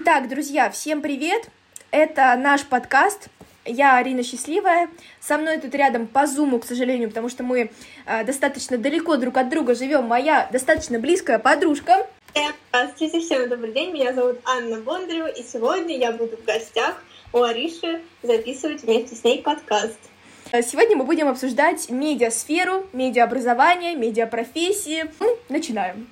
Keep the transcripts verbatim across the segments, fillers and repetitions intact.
Итак, друзья, всем привет! Это наш подкаст. Я Арина Счастливая. Со мной тут рядом по зуму, к сожалению, потому что мы э, достаточно далеко друг от друга живем, моя достаточно близкая подружка. Здравствуйте, всем добрый день. Меня зовут Анна Бондарева, и сегодня я буду в гостях у Ариши записывать вместе с ней подкаст. Сегодня мы будем обсуждать медиасферу, медиаобразование, медиапрофессии. Мы начинаем.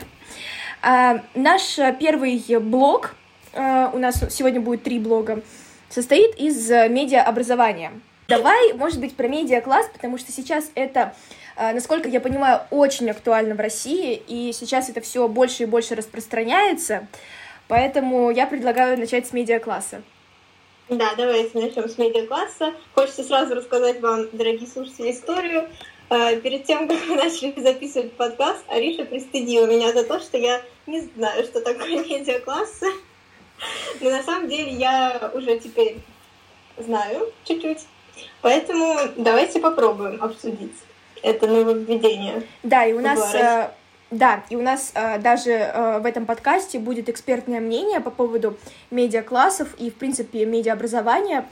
Наш первый блог, у нас сегодня будет три блога, состоит из медиаобразования. Давай, может быть, про медиакласс, потому что сейчас это, насколько я понимаю, очень актуально в России, и сейчас это все больше и больше распространяется, поэтому я предлагаю начать с медиакласса. Да, давайте начнем с медиакласса. Хочется сразу рассказать вам, дорогие слушатели, историю. Перед тем, как мы начали записывать подкаст, Ариша пристыдила меня за то, что я не знаю, что такое медиаклассы. Но на самом деле я уже теперь знаю чуть-чуть. Поэтому давайте попробуем обсудить это нововведение. Да, и у нас, э, да, и у нас э, даже э, в этом подкасте будет экспертное мнение по поводу медиаклассов и, в принципе, медиаобразования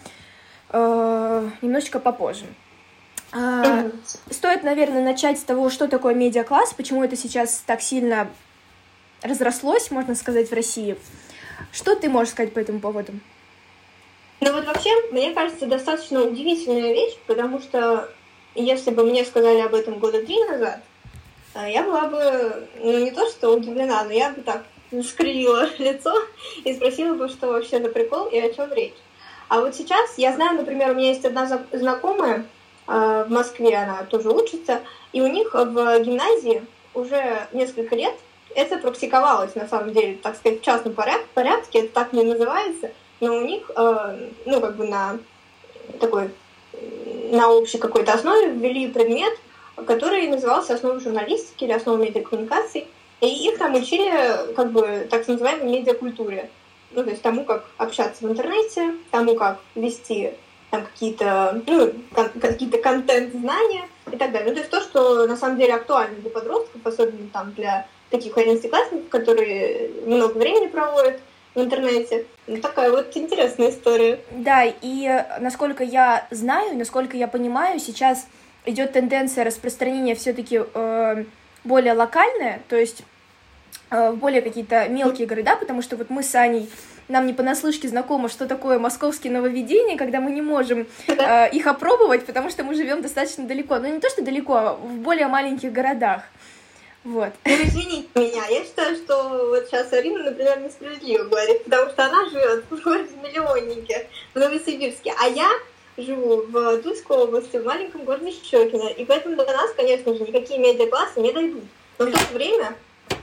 э, немножечко попозже. Uh, стоит, наверное, начать с того, что такое медиакласс, почему это сейчас так сильно разрослось, можно сказать, в России. Что ты можешь сказать по этому поводу? Ну вот вообще, мне кажется, достаточно удивительная вещь, потому что если бы мне сказали об этом года три назад, я была бы, ну не то что удивлена, но я бы так скривила лицо и спросила бы, что вообще за прикол и о чем речь. А вот сейчас, я знаю, например, у меня есть одна знакомая, в Москве она тоже учится, и у них в гимназии уже несколько лет это практиковалось, на самом деле, так сказать, в частном порядке, это так не называется, но у них, ну, как бы на такой, на общей какой-то основе ввели предмет, который назывался «Основы журналистики» или «Основы медиакоммуникаций», и их там учили, как бы, так называемой медиакультуре, ну, то есть тому, как общаться в интернете, тому, как вести там какие-то, ну, какие-то контент-знания и так далее. Ну, то есть то, что на самом деле актуально для подростков, особенно там для таких одиннадцатиклассников, которые много времени проводят в интернете. Ну, такая вот интересная история. Да, и насколько я знаю, насколько я понимаю, сейчас идет тенденция распространения все-таки э, более локальная, то есть э, в более какие-то мелкие города, потому что вот мы с Аней, нам не понаслышке знакомо, что такое московские нововведения, когда мы не можем э, их опробовать, потому что мы живем достаточно далеко. Ну, не то, что далеко, а в более маленьких городах. Вот. Ну, извините меня, я считаю, что вот сейчас Арина, например, несправедливо говорит, потому что она живет в городе-миллионнике, в Новосибирске, а я живу в Тульской области, в маленьком городе Щекино, и поэтому до нас, конечно же, никакие медиаклассы не дойдут. Но в то же время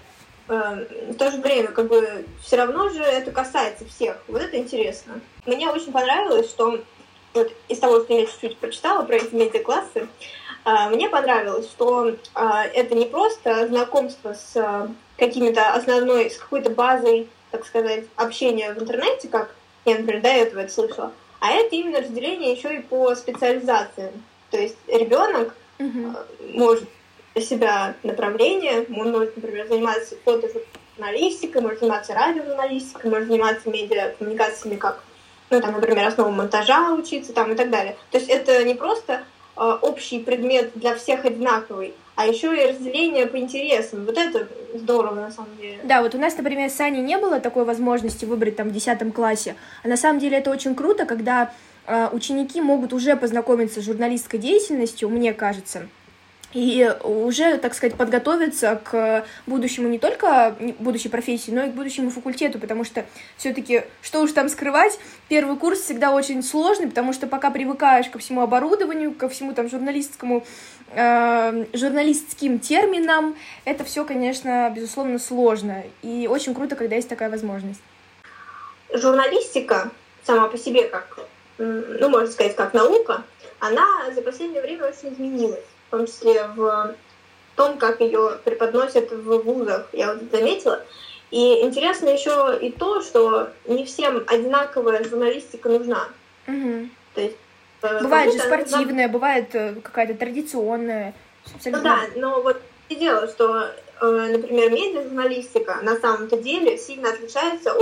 в то же время, как бы, все равно же это касается всех. Вот это интересно. Мне очень понравилось, что вот из того, что я чуть-чуть прочитала про эти медиаклассы, мне понравилось, что это не просто знакомство с какими-то основной, с какой-то базой, так сказать, общения в интернете, как я, например, до этого это слышала, а это именно разделение еще и по специализациям. То есть ребенок mm-hmm. может для себя направление, он может, например, заниматься фотожурналистикой, может заниматься радиожурналистикой, может заниматься медиакоммуникациями, как, ну, там, например, основам монтажа учиться, там, и так далее. То есть это не просто э, общий предмет для всех одинаковый, а еще и разделение по интересам. Вот это здорово, на самом деле. Да, вот у нас, например, с Аней не было такой возможности выбрать там в десятом классе, а на самом деле это очень круто, когда э, ученики могут уже познакомиться с журналистской деятельностью, мне кажется, и уже, так сказать, подготовиться к будущему не только будущей профессии, но и к будущему факультету, потому что все-таки, что уж там скрывать, первый курс всегда очень сложный, потому что пока привыкаешь ко всему оборудованию, ко всему там журналистскому, э, журналистским терминам, это все, конечно, безусловно, сложно, и очень круто, когда есть такая возможность. Журналистика сама по себе, как, ну, можно сказать, как наука, она за последнее время очень изменилась. В том числе в том, как ее преподносят в вузах, я вот заметила. И интересно еще и то, что не всем одинаковая журналистика нужна. Угу. То есть, бывает же спортивная, нужна... бывает какая-то традиционная. Ну да, но вот и дело, что, например, медиажурналистика на самом-то деле сильно отличается от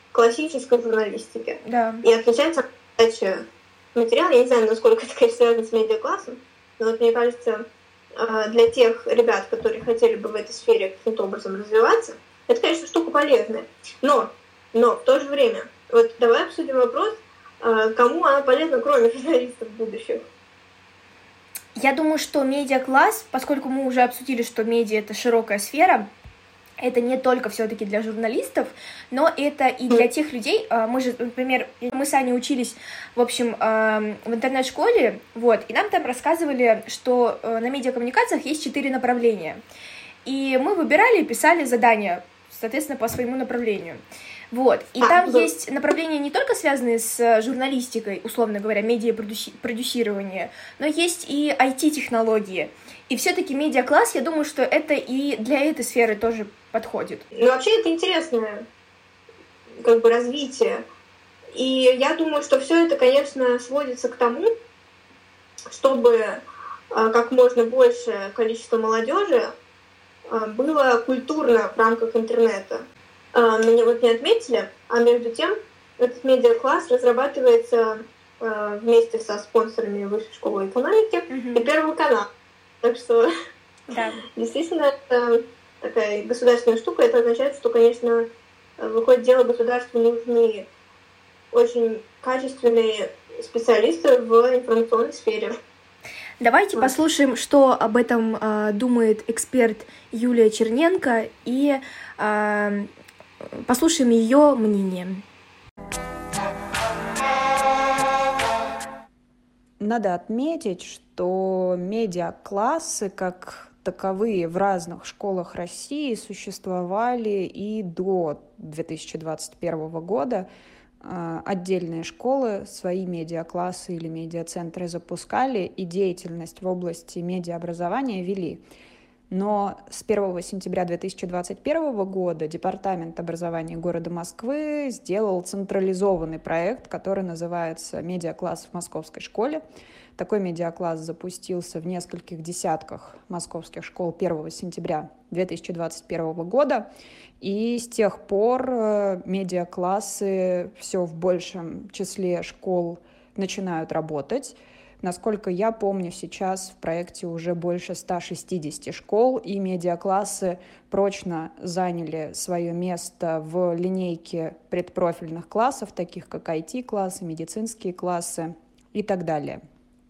классической журналистики. Да. И отличается от подачи материала. Я не знаю, насколько это, конечно, связано с медиаклассом, но вот мне кажется, для тех ребят, которые хотели бы в этой сфере каким-то образом развиваться, это, конечно, штука полезная. Но, но в то же время, вот давай обсудим вопрос, кому она полезна, кроме журналистов будущих. Я думаю, что медиакласс, поскольку мы уже обсудили, что медиа — это широкая сфера, это не только все-таки для журналистов, но это и для тех людей. Мы же, например, мы с Аней учились, в общем, в интернет-школе, вот, и нам там рассказывали, что на медиакоммуникациях есть четыре направления. И мы выбирали и писали задания, соответственно, по своему направлению. Вот, и там есть направления не только связанные с журналистикой, условно говоря, медиапродюсирование, но есть и ай ти-технологии. И все-таки медиакласс, я думаю, что это и для этой сферы тоже подходит. Ну, вообще, это интересное как бы развитие. И я думаю, что все это, конечно, сводится к тому, чтобы как можно большее количество молодежи было культурно в рамках интернета. Меня вот не отметили, а между тем этот медиакласс разрабатывается вместе со спонсорами Высшей школы экономики mm-hmm. и Первого канала. Так что да. действительно это такая государственная штука. Это означает, что, конечно, выходит дело, государству нужны очень качественные специалисты в информационной сфере. Давайте вот. Послушаем, что об этом э, думает эксперт Юлия Черненко, и э, послушаем ее мнение. Надо отметить, что медиаклассы как таковые в разных школах России существовали и до две тысячи двадцать первого года. Отдельные школы свои медиаклассы или медиацентры запускали и деятельность в области медиаобразования вели. Но с первого сентября две тысячи двадцать первого года Департамент образования города Москвы сделал централизованный проект, который называется «Медиакласс в московской школе». Такой медиакласс запустился в нескольких десятках московских школ первого сентября две тысячи двадцать первого года. И с тех пор медиаклассы все в большем числе школ начинают работать. Насколько я помню, сейчас в проекте уже больше ста шестидесяти школ, и медиаклассы прочно заняли свое место в линейке предпрофильных классов, таких как ай ти-классы, медицинские классы и так далее.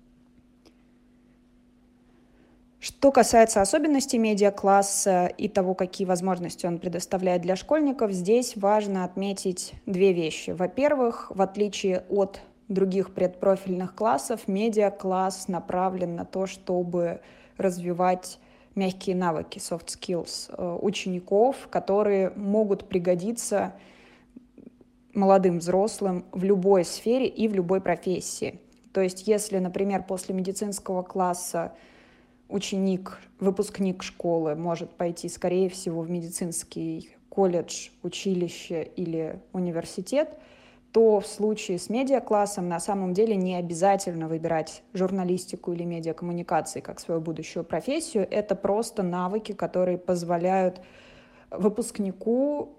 Что касается особенностей медиакласса и того, какие возможности он предоставляет для школьников, здесь важно отметить две вещи. Во-первых, в отличие от других предпрофильных классов, медиакласс направлен на то, чтобы развивать мягкие навыки, soft skills учеников, которые могут пригодиться молодым взрослым в любой сфере и в любой профессии. То есть, если, например, после медицинского класса ученик, выпускник школы может пойти, скорее всего, в медицинский колледж, училище или университет, то в случае с медиаклассом на самом деле не обязательно выбирать журналистику или медиакоммуникации как свою будущую профессию. Это просто навыки, которые позволяют выпускнику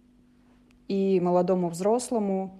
и молодому взрослому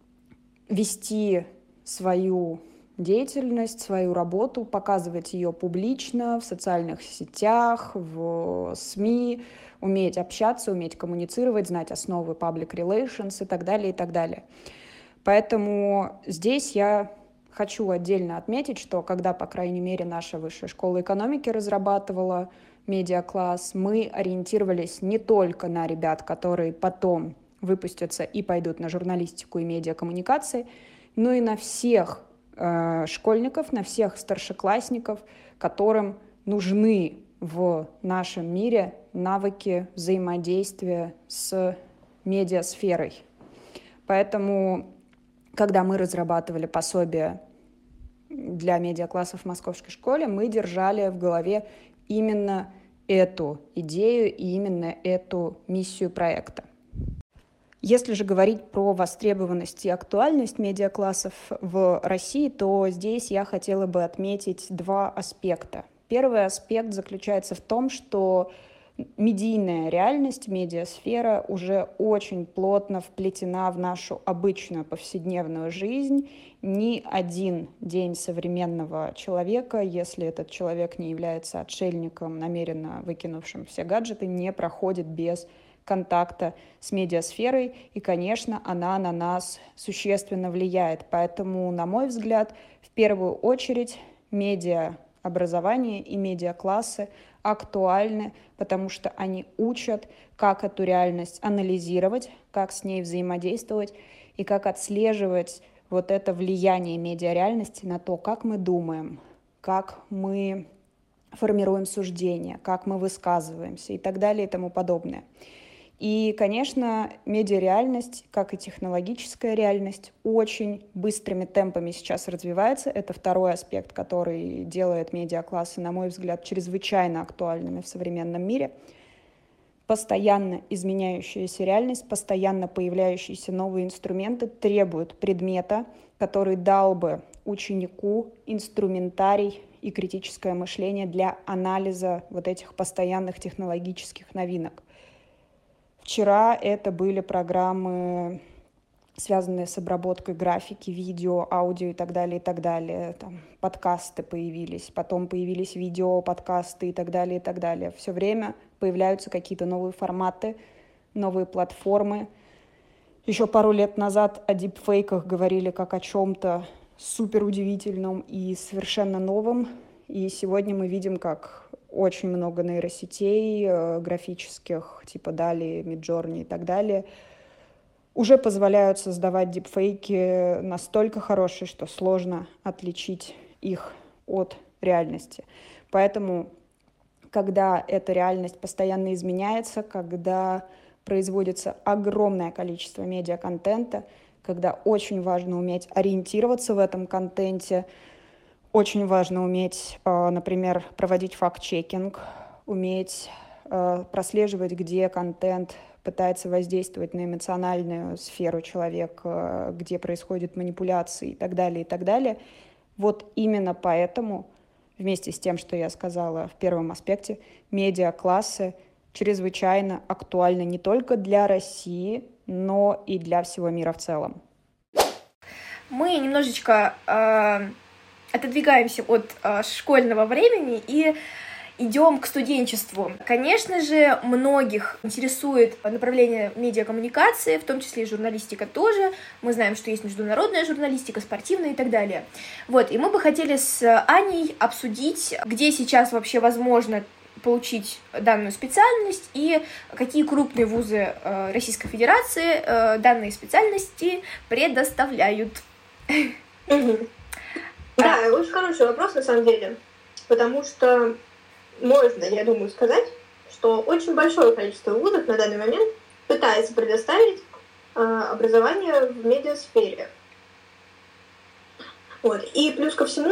вести свою деятельность, свою работу, показывать ее публично в социальных сетях, в СМИ, уметь общаться, уметь коммуницировать, знать основы public relations и так далее, и так далее. Поэтому здесь я хочу отдельно отметить, что когда, по крайней мере, наша Высшая школа экономики разрабатывала медиакласс, мы ориентировались не только на ребят, которые потом выпустятся и пойдут на журналистику и медиакоммуникации, но и на всех э, школьников, на всех старшеклассников, которым нужны в нашем мире навыки взаимодействия с медиасферой. Поэтому, когда мы разрабатывали пособие для медиаклассов в московской школе, мы держали в голове именно эту идею и именно эту миссию проекта. Если же говорить про востребованность и актуальность медиаклассов в России, то здесь я хотела бы отметить два аспекта. Первый аспект заключается в том, что медийная реальность, медиасфера уже очень плотно вплетена в нашу обычную повседневную жизнь. Ни один день современного человека, если этот человек не является отшельником, намеренно выкинувшим все гаджеты, не проходит без контакта с медиасферой, и, конечно, она на нас существенно влияет. Поэтому, на мой взгляд, в первую очередь медиаобразование и медиаклассы актуальны, потому что они учат, как эту реальность анализировать, как с ней взаимодействовать и как отслеживать вот это влияние медиареальности на то, как мы думаем, как мы формируем суждения, как мы высказываемся и так далее и тому подобное. И, конечно, медиареальность, как и технологическая реальность, очень быстрыми темпами сейчас развивается. Это второй аспект, который делает медиаклассы, на мой взгляд, чрезвычайно актуальными в современном мире. Постоянно изменяющаяся реальность, постоянно появляющиеся новые инструменты требуют предмета, который дал бы ученику инструментарий и критическое мышление для анализа вот этих постоянных технологических новинок. Вчера это были программы, связанные с обработкой графики, видео, аудио и так далее, и так далее. Там подкасты появились, потом появились видео, подкасты и так далее, и так далее. Все время появляются какие-то новые форматы, новые платформы. Еще пару лет назад о дипфейках говорили как о чем-то суперудивительном и совершенно новом. И сегодня мы видим, как очень много нейросетей э, графических, типа Dall, Midjourney и так далее, уже позволяют создавать дипфейки настолько хорошие, что сложно отличить их от реальности. Поэтому, когда эта реальность постоянно изменяется, когда производится огромное количество медиаконтента, когда очень важно уметь ориентироваться в этом контенте, очень важно уметь, например, проводить факт-чекинг, уметь прослеживать, где контент пытается воздействовать на эмоциональную сферу человека, где происходят манипуляции и так далее, и так далее. Вот именно поэтому, вместе с тем, что я сказала в первом аспекте, медиаклассы чрезвычайно актуальны не только для России, но и для всего мира в целом. Мы немножечко э, отодвигаемся от э, школьного времени и идем к студенчеству. Конечно же, многих интересует направление медиакоммуникации, в том числе и журналистика тоже. Мы знаем, что есть международная журналистика, спортивная и так далее. Вот, и мы бы хотели с Аней обсудить, где сейчас вообще возможно получить данную специальность и какие крупные вузы э, Российской Федерации э, данные специальности предоставляют. Да, очень хороший вопрос на самом деле, потому что можно, я думаю, сказать, что очень большое количество вузов на данный момент пытается предоставить э, образование в медиасфере. Вот. И плюс ко всему,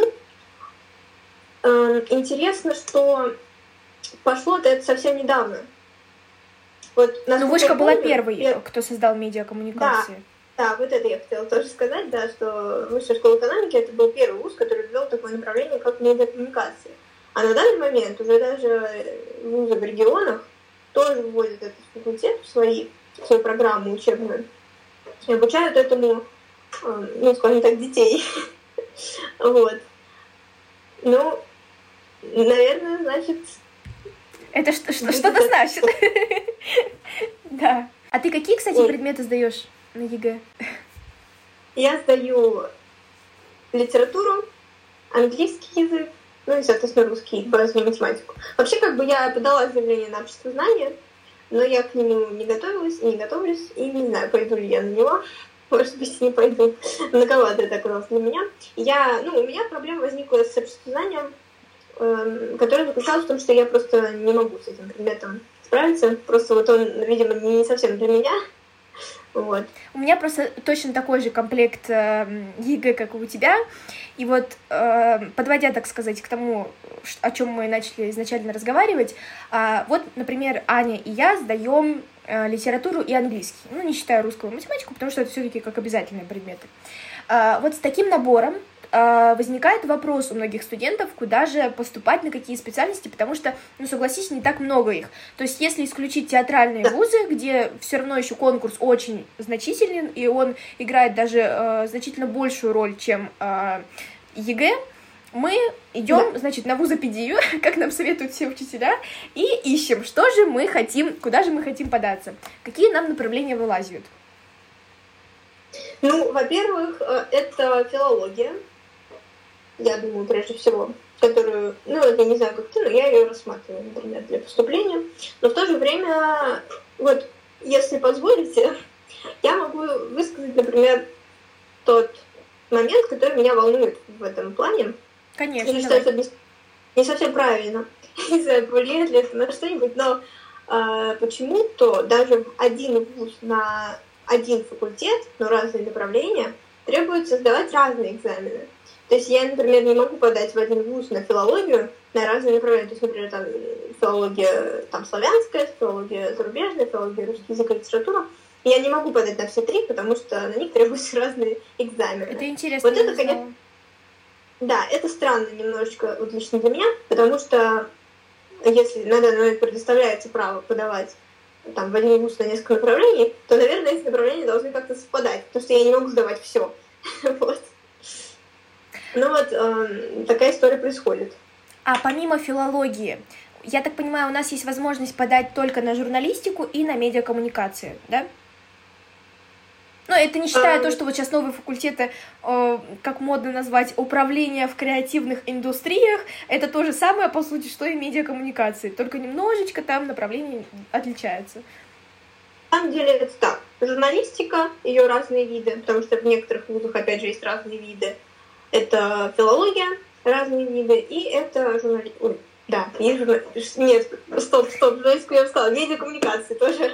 э, интересно, что пошло-то это совсем недавно. Вот, ну, Вышка была первой, пер... кто создал медиакоммуникации. Да, да, вот это я хотела тоже сказать, да, что Высшая школа экономики — это был первый вуз, который ввел такое направление, как медиакоммуникации. А на данный момент уже даже вузы в регионах тоже вводят этот факультет в свои, в свою программу учебную и обучают этому, ну, скажем так, детей. Вот. Ну, наверное, значит... Это что-то значит. Да. А ты какие, кстати, предметы сдаешь на ЕГЭ? Я сдаю литературу, английский язык, ну и, соответственно, русский, базовую математику. Вообще, как бы я подала заявление на общество знания, но я к нему не готовилась и не готовлюсь, и не знаю, пойду ли я на него. Может быть, не пойду. Многовато это оказалось для меня. Я, ну, у меня проблема возникла с обществознанием, э, которая заключалась в том, что я просто не могу с этим предметом справиться. Просто вот он, видимо, не совсем для меня. Вот. У меня просто точно такой же комплект э, ЕГЭ, как и у тебя. И вот, э, подводя, так сказать, к тому, о чем мы начали изначально разговаривать, э, вот, например, Аня и я сдаем э, литературу и английский. Ну, не считая русского и математику, потому что это все-таки как обязательные предметы. Э, вот с таким набором э, возникает вопрос у многих студентов, куда же поступать, на какие специальности, потому что, ну, согласись, не так много их. То есть, если исключить театральные вузы, где все равно еще конкурс очень значительный, и он играет даже э, значительно большую роль, чем э, ЕГЭ, мы идем, да. значит, на вузопедию, как нам советуют все учителя, и ищем, что же мы хотим, куда же мы хотим податься, какие нам направления вылазят. Ну, во-первых, это филология, я думаю, прежде всего, которую, ну, я не знаю, как ты, но я ее рассматриваю, например, для поступления, но в то же время, вот, если позволите, я могу высказать, например, тот момент, который меня волнует в этом плане. Конечно. Я считаю, что это не совсем правильно. Не знаю, повлияет ли это на что-нибудь, но э, почему-то даже один вуз на один факультет, но разные направления, требуется сдавать разные экзамены. То есть я, например, не могу подать в один вуз на филологию на разные направления. То есть, например, там филология там, славянская, филология зарубежная, филология русский язык и литература. И я не могу подать на все три, потому что на них требуются разные экзамены. Это интересно. Вот это, конечно, да, это странно немножечко, вот лично для меня, потому что если на данный момент предоставляется право подавать там, в один вуз на несколько направлений, то, наверное, эти направления должны как-то совпадать, потому что я не могу сдавать все. Вот. Ну вот, э, такая история происходит. А помимо филологии, я так понимаю, у нас есть возможность подать только на журналистику и на медиакоммуникации, да? Ну, это не считая а... то, что вот сейчас новые факультеты, э, как модно назвать, управление в креативных индустриях, это то же самое, по сути, что и медиакоммуникации, только немножечко там направления отличаются. На самом деле это так. Журналистика, ее разные виды, потому что в некоторых вузах, опять же, есть разные виды. Это филология, разные виды, и это журналистика. Да, есть журнал... Нет, стоп, стоп, журналистику я бы сказала, медиакоммуникации тоже.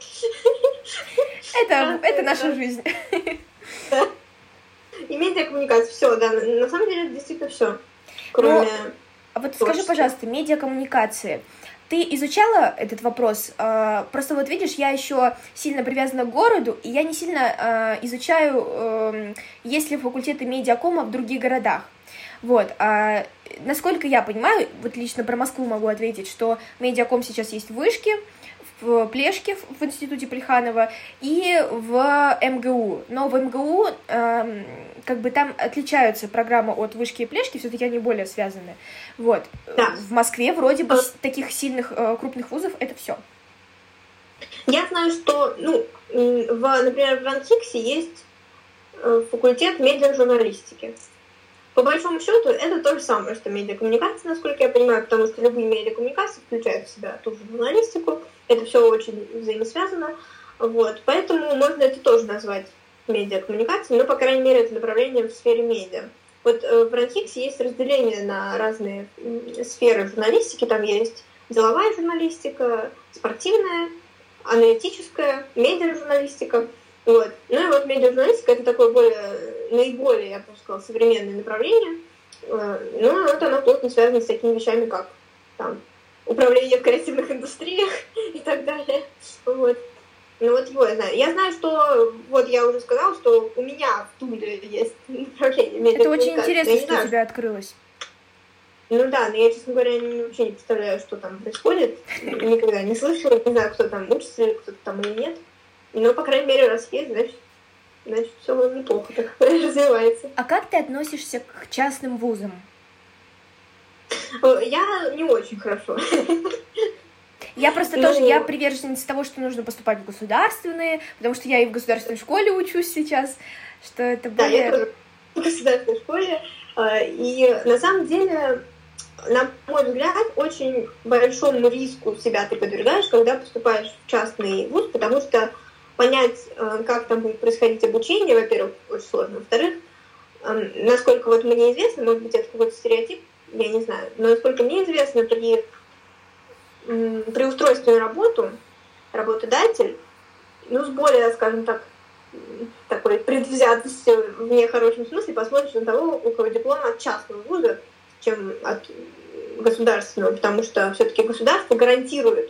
Это, это наша жизнь. Да. И медиакоммуникация, все, да, на самом деле это действительно все. Кроме... Но, а вот скажи, пожалуйста, медиакоммуникации. Ты изучала этот вопрос? Просто вот видишь, я еще сильно привязана к городу, и я не сильно изучаю, есть ли факультеты медиакома в других городах. Вот, а насколько я понимаю, вот лично про Москву могу ответить, что медиаком сейчас есть в Вышке, в Плешке, в институте Плеханова и в МГУ. Но в МГУ э, как бы там отличаются программы от Вышки и Плешки, все-таки они более связаны. Вот. Да. В Москве вроде бы таких сильных э, крупных вузов это все. Я знаю, что, ну, в, например, в РАНХИКСе есть факультет медиажурналистики. По большому счету, это то же самое, что медиакоммуникация, насколько я понимаю, потому что любые медиакоммуникации включают в себя ту же журналистику, это все очень взаимосвязано, вот, поэтому можно это тоже назвать медиакоммуникацией, но, по крайней мере, это направление в сфере медиа. Вот в РАНХИКСе есть разделение на разные сферы журналистики, там есть деловая журналистика, спортивная, аналитическая, медиажурналистика. Вот. Ну и вот медиажурналистика — это такое более, наиболее, я бы сказала, современное направление. Ну, вот оно плотно связано с такими вещами, как там, управление в креативных индустриях и так далее. Вот. Ну вот его я знаю. Я знаю, что, вот я уже сказала, что у меня в Туле есть направление медиакоммуникации. Это очень интересно, что у тебя открылось. Ну да, но я, честно говоря, вообще не представляю, что там происходит. Никогда не слышала, не знаю, кто там учится, или кто-то там или нет. Но, по крайней мере, раз есть, значит, значит все неплохо так развивается. А как ты относишься к частным вузам? Я не очень хорошо. Я просто ну... тоже, я приверженец того, что нужно поступать в государственные, потому что я и в государственной школе учусь сейчас, что это более... Да, я тоже в государственной школе, и на самом деле, на мой взгляд, очень большому риску себя ты подвергаешь, когда поступаешь в частный вуз, потому что понять, как там будет происходить обучение, во-первых, очень сложно, во-вторых, насколько вот мне известно, может быть, это какой-то стереотип, я не знаю, но насколько мне известно, при, при устройстве на работу работодатель, ну, с более, скажем так, такой предвзятостью в нехорошем смысле посмотришь на того, у кого диплом от частного вуза, чем от государственного, потому что все-таки государство гарантирует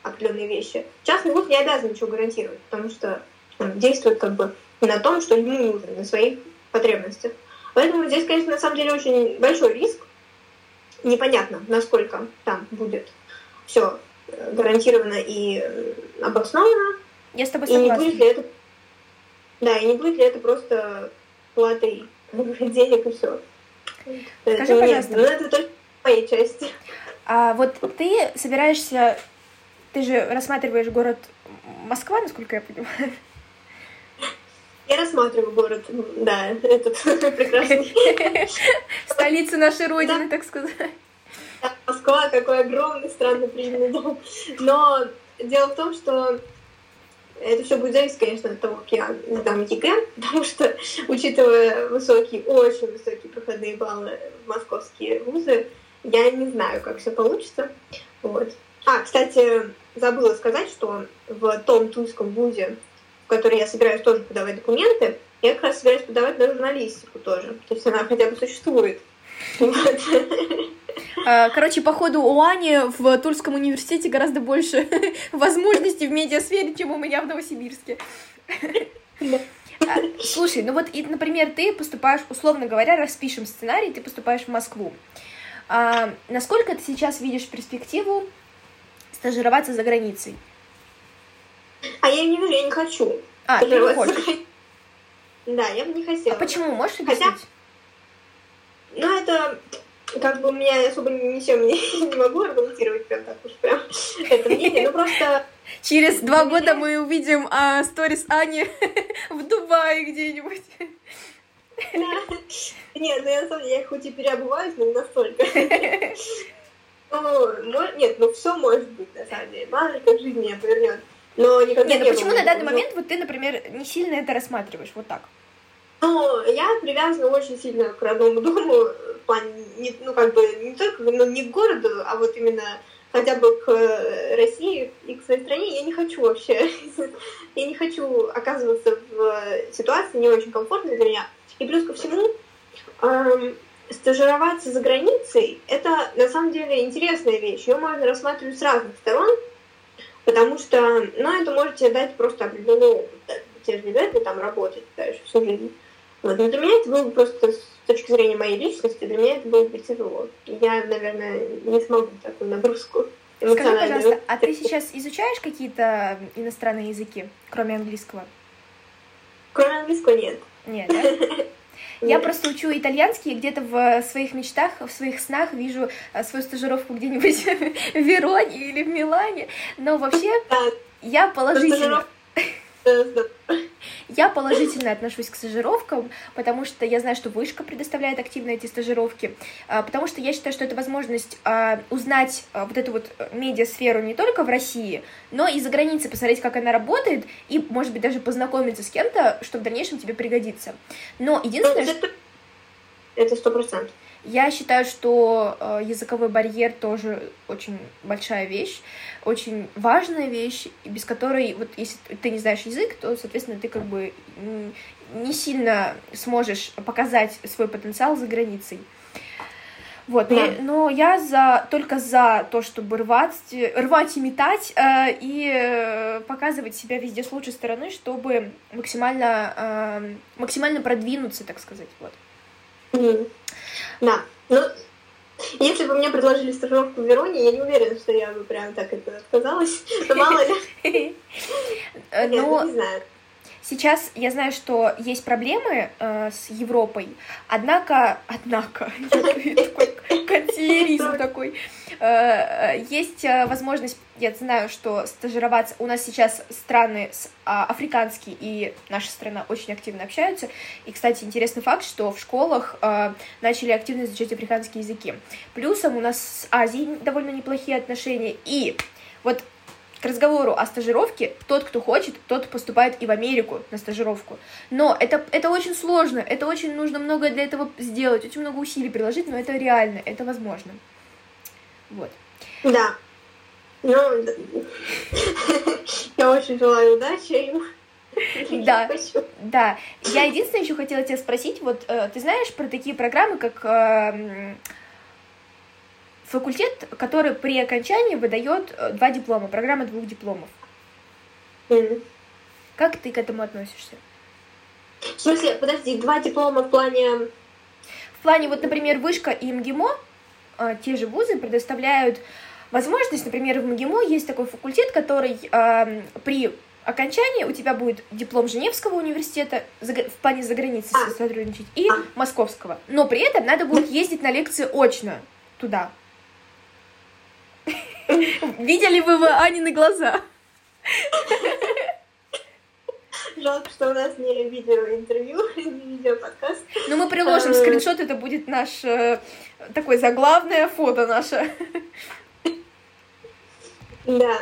определенные вещи. Частный вуз не обязан ничего гарантировать, потому что он действует как бы на том, что ему нужно, на своих потребностях. Поэтому здесь, конечно, на самом деле очень большой риск. Непонятно, насколько там будет все гарантировано и обосновано. Я с тобой и согласна. Не будет ли это, да, и не будет ли это просто платой денег и все. Скажи, это, пожалуйста. Нет, ну это только моей части. А вот ты собираешься, ты же рассматриваешь город Москва, насколько я понимаю? Я рассматриваю город, да, этот прекрасный. Столицу нашей Родины, так сказать. Москва, какой огромный, странный придуманный дом. Но дело в том, что это все будет зависеть, конечно, от того, как я сдам ЕГЭ, потому что, учитывая высокие, очень высокие проходные баллы в московские вузы, я не знаю, как все получится. Вот. А, кстати, забыла сказать, что в том тульском вузе, в который я собираюсь тоже подавать документы, я как раз собираюсь подавать на журналистику тоже. То есть она хотя бы существует. Вот. Короче, походу, у Ани в Тульском университете гораздо больше возможностей в медиасфере, чем у меня в Новосибирске. Слушай, ну вот, и, например, ты поступаешь, условно говоря, распишем сценарий, ты поступаешь в Москву. А насколько ты сейчас видишь перспективу стажироваться за границей? А я не вижу, я не хочу. А, ты не хочешь? Да, я бы не хотела. А почему? Можешь объяснить? Хотя, ну, это как бы меня особо ничем не, не могу аргументировать прям так уж прям это мнение, ну просто... Через два года мы увидим а, сторис Ани в Дубае где-нибудь. Да. Нет, ну я на самом деле, я хоть и переобуваюсь, но не настолько. Ну, нет, ну все может быть, на самом деле. Мало ли как жизнь меня повернет. Но никогда Нет, не ну почему было. на данный момент вот ты, например, не сильно это рассматриваешь, вот так? Ну, я привязана очень сильно к родному дому, в плане, не, ну, как бы, не только, ну, не к городу, а вот именно хотя бы к России и к своей стране. Я не хочу вообще, я не хочу оказываться в ситуации не очень комфортной для меня. И плюс ко всему, эм, стажироваться за границей — это, на самом деле, интересная вещь. Ее можно рассматривать с разных сторон, потому что, ну, это может тебе дать просто определенный опыт. Да? Тебе же не обязательно там работать дальше всю жизнь. Вот. Но для меня это было бы просто, с точки зрения моей личности, для меня это было бы тяжело. Я, наверное, не смогу такую нагрузку эмоциональную. Скажи, пожалуйста, а ты сейчас изучаешь какие-то иностранные языки, кроме английского? Кроме английского нет. Нет, да? Я просто учу итальянский, и где-то в своих мечтах, в своих снах вижу свою стажировку где-нибудь в Вероне или в Милане. Но вообще я положительно... Я положительно отношусь к стажировкам, потому что я знаю, что Вышка предоставляет активно эти стажировки, потому что я считаю, что это возможность узнать вот эту вот медиасферу не только в России, но и за границей, посмотреть, как она работает, и, может быть, даже познакомиться с кем-то, что в дальнейшем тебе пригодится. Но единственное, что... Это сто процентов. Я считаю, что э, языковой барьер тоже очень большая вещь, очень важная вещь, без которой, вот если ты не знаешь язык, то, соответственно, ты как бы не сильно сможешь показать свой потенциал за границей. Вот, да. и, но я за, только за то, чтобы рвать, рвать и метать э, и э, показывать себя везде с лучшей стороны, чтобы максимально, э, максимально продвинуться, так сказать, вот. Mm. Да, ну, если бы мне предложили стажировку в Вероне, я не уверена, что я бы прям так это отказалась, но мало ли. Нет, не знаю. Сейчас я знаю, что есть проблемы э, с Европой, однако, однако, такой канцеляризм такой, э, есть возможность, я знаю, что стажироваться, у нас сейчас страны с, а, африканские и наша страна очень активно общаются, и, кстати, интересный факт, что в школах э, начали активно изучать африканские языки, плюсом у нас с Азией довольно неплохие отношения, и вот к разговору о стажировке, тот, кто хочет, тот поступает и в Америку на стажировку. Но это, это очень сложно, это очень нужно много для этого сделать, очень много усилий приложить, но это реально, это возможно. Вот. Да. Ну, я очень желаю удачи им. Да, да. Я единственное еще хотела тебя спросить, вот ты знаешь про такие программы, как факультет, который при окончании выдает два диплома, программа двух дипломов. Mm. Как ты к этому относишься? В смысле, подожди, два диплома в плане... В плане, вот, например, Вышка и МГИМО, те же вузы предоставляют возможность, например, в МГИМО есть такой факультет, который э, при окончании у тебя будет диплом Женевского университета в плане за границей а. сотрудничать и а. Московского. Но при этом надо будет ездить на лекции очно туда. Видели бы вы Анины глаза? Жалко, что у нас не видеоинтервью, не видеоподкаст. Ну, мы приложим скриншот, это будет наш такое заглавное фото наше. Да.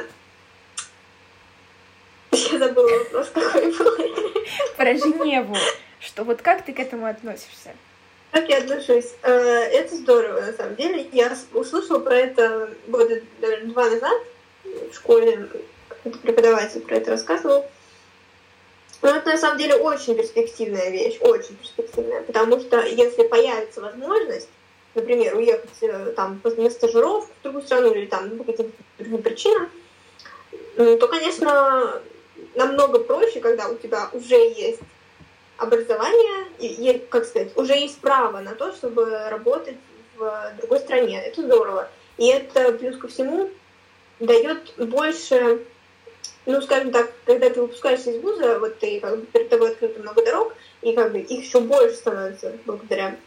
Я забыла вопрос, какой был. Про Женеву. Что вот как ты к этому относишься? Как я отношусь? Это здорово, на самом деле. Я услышала про это года, наверное, два назад в школе. Какой-то преподаватель про это рассказывал. Но это, на самом деле, очень перспективная вещь, очень перспективная. Потому что если появится возможность, например, уехать там на стажировку в другую страну или там по каким-то другим причинам, то, конечно, намного проще, когда у тебя уже есть образование, и, как сказать, уже есть право на то, чтобы работать в другой стране. Это здорово. И это, плюс ко всему, дает больше, ну, скажем так, когда ты выпускаешься из вуза, вот ты, как бы, перед тобой открыто много дорог, и как бы их еще больше становится благодаря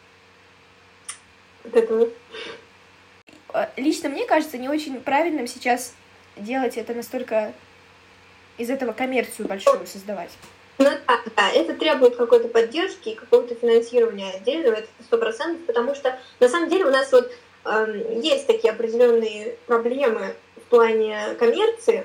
вот этому. Лично мне кажется не очень правильным сейчас делать это настолько, из этого коммерцию большую создавать. Ну да, да, это требует какой-то поддержки и какого-то финансирования отдельного, это сто процентов, потому что на самом деле у нас вот э, есть такие определенные проблемы в плане коммерции,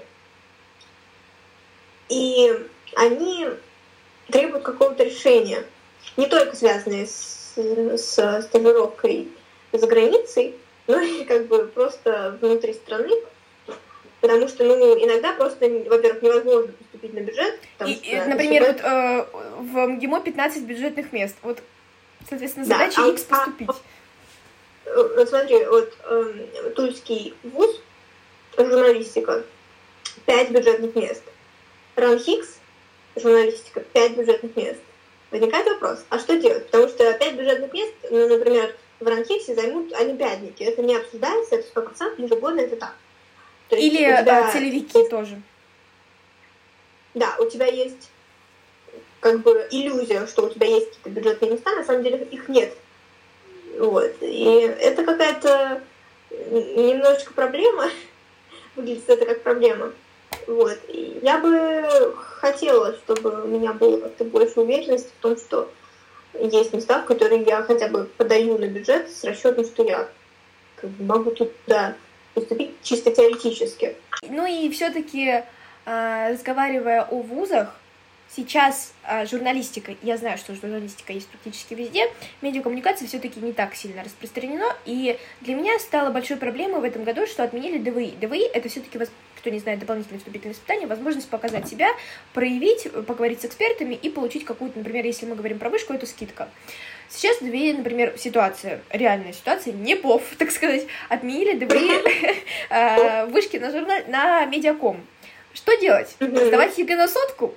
и они требуют какого-то решения, не только связанные с, с стажировкой за границей, но и как бы просто внутри страны. Потому что, ну, иногда просто, во-первых, невозможно поступить на бюджет. И, что, и, например, вот э, в МГИМО пятнадцать бюджетных мест. Вот, соответственно, задача да, X а, поступить. А, вот смотри, вот э, Тульский вуз, журналистика, пять бюджетных мест. РАНХИКС, журналистика, пять бюджетных мест. Возникает вопрос, а что делать? Потому что пять бюджетных мест, ну, например, в РАНХИКСе займут олимпиадники. Это не обсуждается, это сто процентов ежегодно, это так. Или тебя... целевики тоже. Да, у тебя есть как бы иллюзия, что у тебя есть какие-то бюджетные места, на самом деле их нет. Вот. И это какая-то немножечко проблема. Выглядит это как проблема. Вот. И я бы хотела, чтобы у меня было как-то больше уверенности в том, что есть места, в которые я хотя бы подаю на бюджет с расчетом, что я как бы могу туда поступить чисто теоретически. Ну и все-таки, разговаривая о вузах, сейчас журналистика, я знаю, что журналистика есть практически везде, медиакоммуникация все-таки не так сильно распространено, и для меня стало большой проблемой в этом году, что отменили ДВИ. ДВИ — это все-таки, кто не знает, дополнительное вступительное испытание, возможность показать себя, проявить, поговорить с экспертами и получить какую-то, например, если мы говорим про вышку, это скидка. Сейчас ДВИ, например, ситуация, реальная ситуация, не пов, так сказать, отменили ДВИ вышки на журнал, на медиаком. Что делать? Сдавать ЕГЭ на сотку?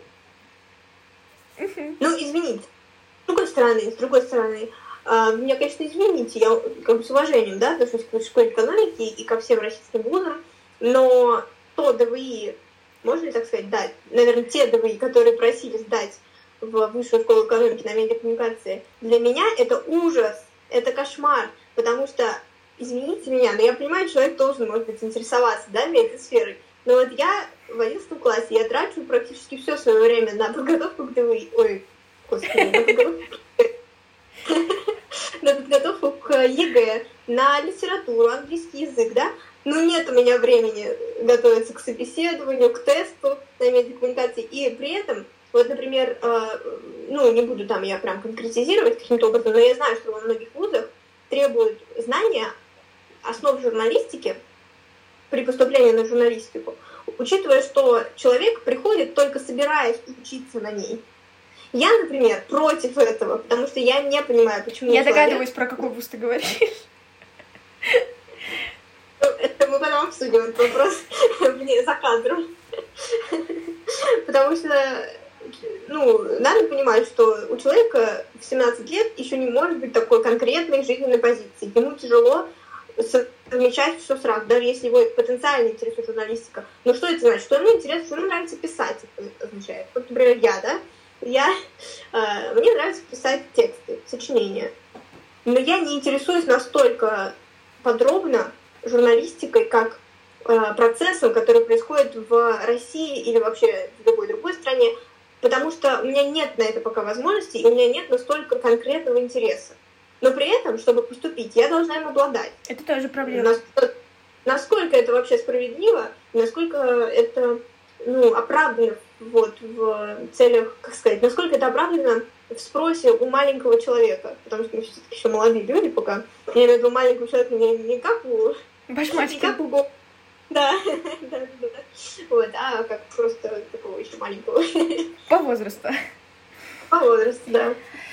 Ну, извините. С другой стороны, с другой стороны, меня, конечно, извините, я как бы с уважением, да, отношусь к школе экономики и ко всем российским вузам, но то ДВИ, можно ли так сказать, дать, наверное, те ДВИ, которые просили сдать в высшую школу экономики на медиакоммуникации, для меня это ужас, это кошмар, потому что, извините меня, но я понимаю, человек должен, может быть, интересоваться, да, медиасферой, но вот я в одиннадцатом классе, я трачу практически все свое время на подготовку к ДВИ, ой, господи, на подготовку, на подготовку к ЕГЭ, на литературу, английский язык, да, ну нет у меня времени готовиться к собеседованию, к тесту на медиакоммуникации, и при этом вот, например, э, ну, не буду там я прям конкретизировать каким-то образом, но я знаю, что во многих вузах требуют знания основ журналистики при поступлении на журналистику, учитывая, что человек приходит только собираясь учиться на ней. Я, например, против этого, потому что я не понимаю, почему Я человек... догадываюсь, про какой вуз ты говоришь. Мы потом обсудим этот вопрос вне за кадром. Потому что, ну, надо понимать, что у человека в семнадцать лет еще не может быть такой конкретной жизненной позиции. Ему тяжело совмещать все сразу, даже если его потенциально интересует журналистика. Но что это значит? Что ему интересно, что ему нравится писать, это означает. Вот, например, я, да, я, э, мне нравится писать тексты, сочинения. Но я не интересуюсь настолько подробно журналистикой, как э, процессом, который происходит в России или вообще в любой другой стране, потому что у меня нет на это пока возможности, и у меня нет настолько конкретного интереса. Но при этом, чтобы поступить, я должна им обладать. Это тоже проблема. Насколько, насколько это вообще справедливо, насколько это, ну, оправдано вот, в целях, как сказать, насколько это оправдано в спросе у маленького человека, потому что мы все-таки еще молодые люди пока. Я имею в виду маленького человека не, не как у... Башмачки. Не как у... Да, да, да. Вот, а как просто такого еще маленького. По возрасту. По возрасту, да.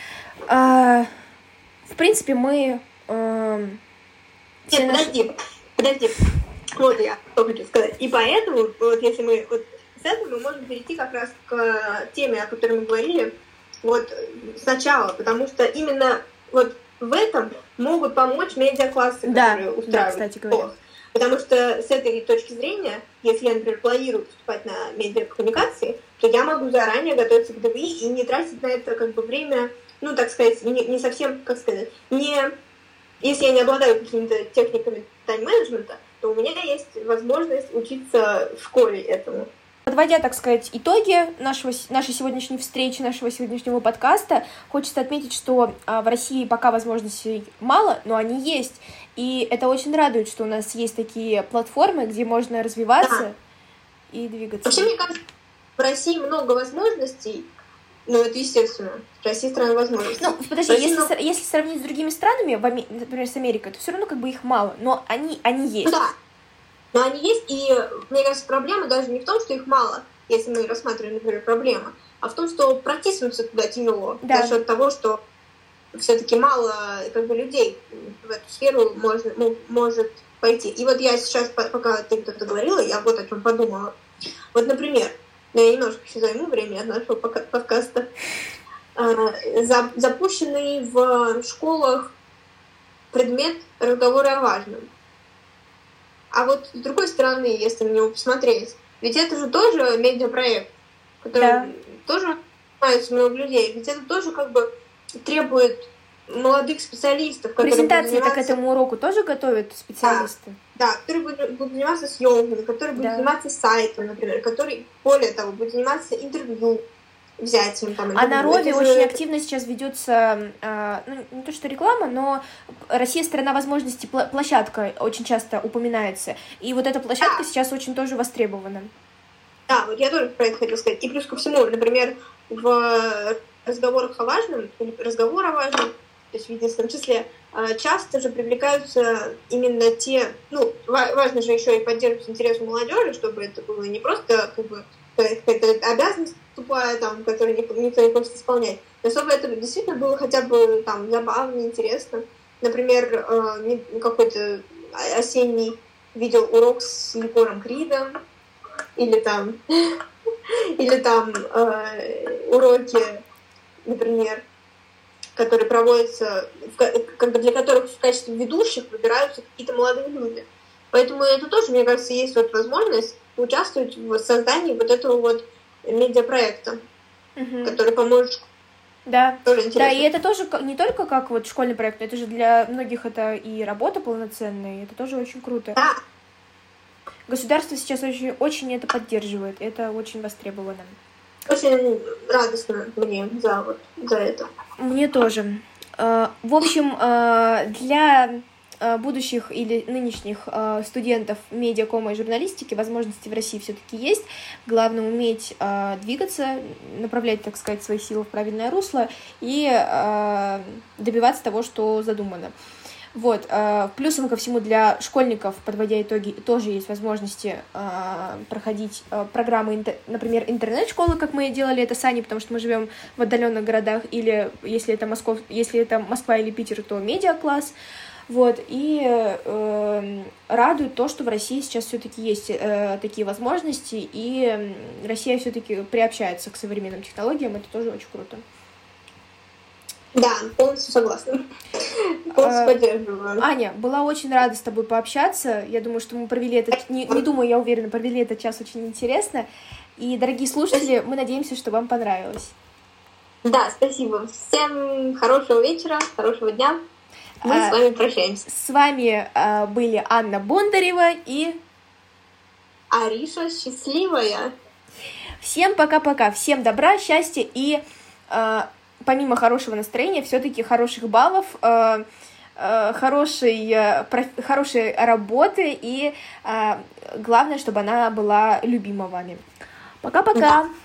А, в принципе, мы... Э, Нет, наши... подожди, подожди. Вот я что хочу сказать. И поэтому, вот если мы вот с этого мы можем перейти как раз к теме, о которой мы говорили, вот сначала, потому что именно вот в этом могут помочь медиаклассы, да, которые устраивают. Да, кстати говоря. Потому что с этой точки зрения, если я, например, планирую поступать на медиакоммуникации, то я могу заранее готовиться к ДВИ и не тратить на это как бы время, ну, так сказать, не, не совсем, как сказать, не... Если я не обладаю какими-то техниками тайм-менеджмента, то у меня есть возможность учиться в школе этому. Подводя, так сказать, итоги нашего, нашей сегодняшней встречи, нашего сегодняшнего подкаста, хочется отметить, что а, в России пока возможностей мало, но они есть. И это очень радует, что у нас есть такие платформы, где можно развиваться да. и двигаться. Вообще, мне кажется, в России много возможностей, но это естественно. Россия страна возможностей. Ну, подожди, если, много... если сравнить с другими странами, в Аме... например, с Америкой, то все равно как бы их мало, но они, они есть. Да. Но они есть, и, мне кажется, проблема даже не в том, что их мало, если мы рассматриваем, например, проблему, а в том, что протиснуться туда тяжело, да. за счет того, что все-таки мало как бы, людей в эту сферу можно, может пойти. И вот я сейчас, пока ты кто-то говорила, я вот о чем подумала. Вот, например, я немножко еще займу время от нашего подкаста. Запущенный в школах предмет разговоры о важном. А вот с другой стороны, если на него посмотреть, ведь это же тоже медиапроект, который да. тоже занимается много людей, ведь это тоже как бы требует молодых специалистов, которые презентации заниматься... к этому уроку тоже готовят специалисты? Да, да, которые будут, будут заниматься съемками, которые будут да. заниматься сайтом, например, которые, более того, будут заниматься интервью, взятием там. А на Рове же... очень активно сейчас ведется, э, ну, не то что реклама, но Россия страна возможностей, площадка очень часто упоминается. И вот эта площадка да. сейчас очень тоже востребована. Да, вот я тоже про это хотела сказать. И плюс ко всему, например, в разговорах о важном, или разговор о важном, то есть в единственном числе, часто же привлекаются именно те, ну, важно же еще и поддерживать интерес у молодежи, чтобы это было не просто как бы какая-то обязанность тупая, там, которую никто не хочет исполнять, но чтобы это действительно было хотя бы там забавно, интересно. Например, какой-то осенний видел урок с Егором Кридом, или там, или там э, уроки, например, которые проводятся, как бы для которых в качестве ведущих выбираются какие-то молодые люди. Поэтому это тоже, мне кажется, есть вот возможность участвовать в создании вот этого вот медиапроекта, угу. который поможет. Да. Да, и это тоже не только как вот школьный проект, это же для многих это и работа полноценная, и это тоже очень круто. Да. Государство сейчас очень, очень это поддерживает, это очень востребовано. Очень радостно мне за, вот, за это. Мне тоже. В общем, для будущих или нынешних студентов медиакома и журналистики возможности в России все-таки есть. Главное уметь двигаться, направлять, так сказать, свои силы в правильное русло и добиваться того, что задумано. Вот. Плюсом ко всему для школьников, подводя итоги, тоже есть возможности проходить программы, например, интернет-школы, как мы делали это с Аней, потому что мы живем в отдаленных городах, или если это, Москов, если это Москва или Питер, то медиакласс. Вот, и э, радует то, что в России сейчас все-таки есть э, такие возможности, и Россия все-таки приобщается к современным технологиям, это тоже очень круто. Да, полностью согласна. Полностью поддерживаю. Аня, была очень рада с тобой пообщаться. Я думаю, что мы провели этот... Не, не думаю, я уверена, провели этот час очень интересно. И, дорогие слушатели, мы надеемся, что вам понравилось. Да, спасибо. Всем хорошего вечера, хорошего дня. Мы а, с вами прощаемся. С вами а, были Анна Бондарева и... Ариша Счастливая. Всем пока-пока. Всем добра, счастья и... А, помимо хорошего настроения, все-таки хороших баллов, э, э, хорошей, э, проф, хорошей работы и э, главное, чтобы она была любима вами. Пока-пока! Да.